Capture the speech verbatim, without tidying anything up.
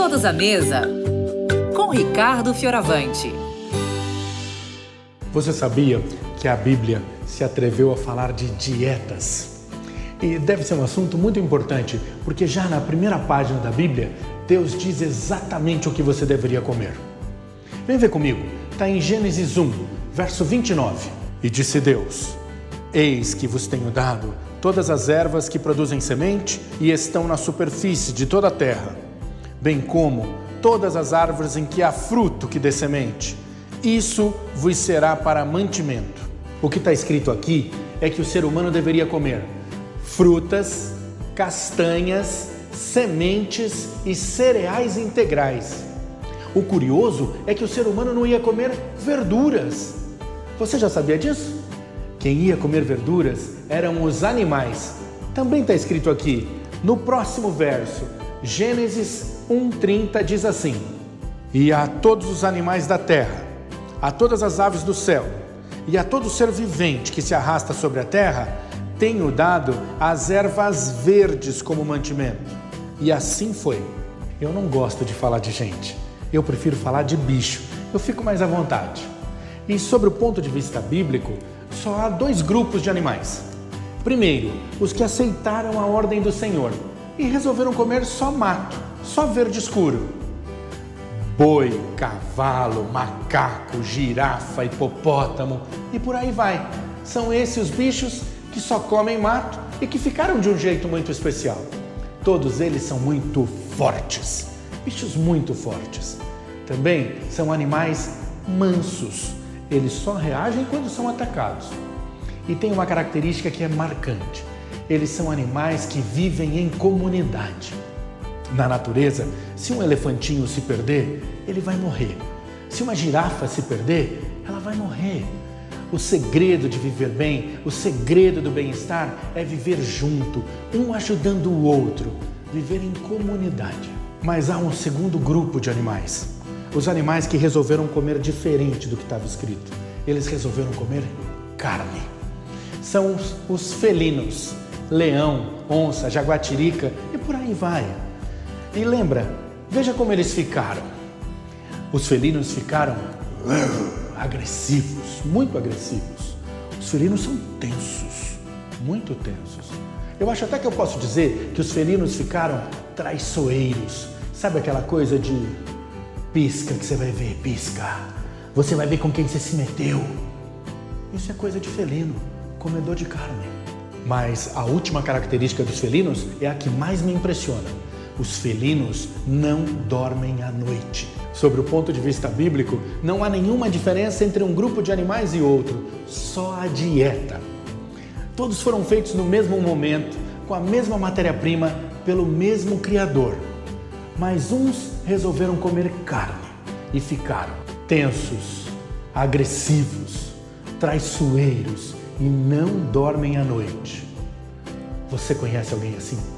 Todos à Mesa, com Ricardo Fioravante. Você sabia que a Bíblia se atreveu a falar de dietas? E deve ser um assunto muito importante, porque já na primeira página da Bíblia, Deus diz exatamente o que você deveria comer. Vem ver comigo, está em Gênesis um, verso vinte e nove. E disse Deus: Eis que vos tenho dado todas as ervas que produzem semente e estão na superfície de toda a terra, bem como todas as árvores em que há fruto que dê semente. Isso vos será para mantimento. O que está escrito aqui é que o ser humano deveria comer frutas, castanhas, sementes e cereais integrais. O curioso é que o ser humano não ia comer verduras. Você já sabia disso? Quem ia comer verduras eram os animais. Também está escrito aqui, no próximo verso, Gênesis um, trinta, diz assim: E a todos os animais da terra, a todas as aves do céu, e a todo ser vivente que se arrasta sobre a terra, tenho dado as ervas verdes como mantimento. E assim foi. Eu não gosto de falar de gente, eu prefiro falar de bicho, eu fico mais à vontade. E sobre o ponto de vista bíblico, só há dois grupos de animais. Primeiro, os que aceitaram a ordem do Senhor e resolveram comer só mato, só verde escuro. Boi, cavalo, macaco, girafa, hipopótamo e por aí vai. São esses os bichos que só comem mato e que ficaram de um jeito muito especial. Todos eles são muito fortes, bichos muito fortes. Também são animais mansos. Eles só reagem quando são atacados. E tem uma característica que é marcante. Eles são animais que vivem em comunidade. Na natureza, se um elefantinho se perder, ele vai morrer. Se uma girafa se perder, ela vai morrer. O segredo de viver bem, o segredo do bem-estar é viver junto, um ajudando o outro, viver em comunidade. Mas há um segundo grupo de animais. Os animais que resolveram comer diferente do que estava escrito. Eles resolveram comer carne. São os, os felinos, leão, onça, jaguatirica e por aí vai. E lembra, veja como eles ficaram. Os felinos ficaram agressivos, muito agressivos. Os felinos são tensos, muito tensos. Eu acho até que eu posso dizer que os felinos ficaram traiçoeiros. Sabe aquela coisa de pisca que você vai ver, pisca. Você vai ver com quem você se meteu. Isso é coisa de felino, comedor de carne. Mas a última característica dos felinos é a que mais me impressiona. Os felinos não dormem à noite. Sobre o ponto de vista bíblico, não há nenhuma diferença entre um grupo de animais e outro, só a dieta. Todos foram feitos no mesmo momento, com a mesma matéria-prima, pelo mesmo Criador. Mas uns resolveram comer carne e ficaram tensos, agressivos, traiçoeiros e não dormem à noite. Você conhece alguém assim?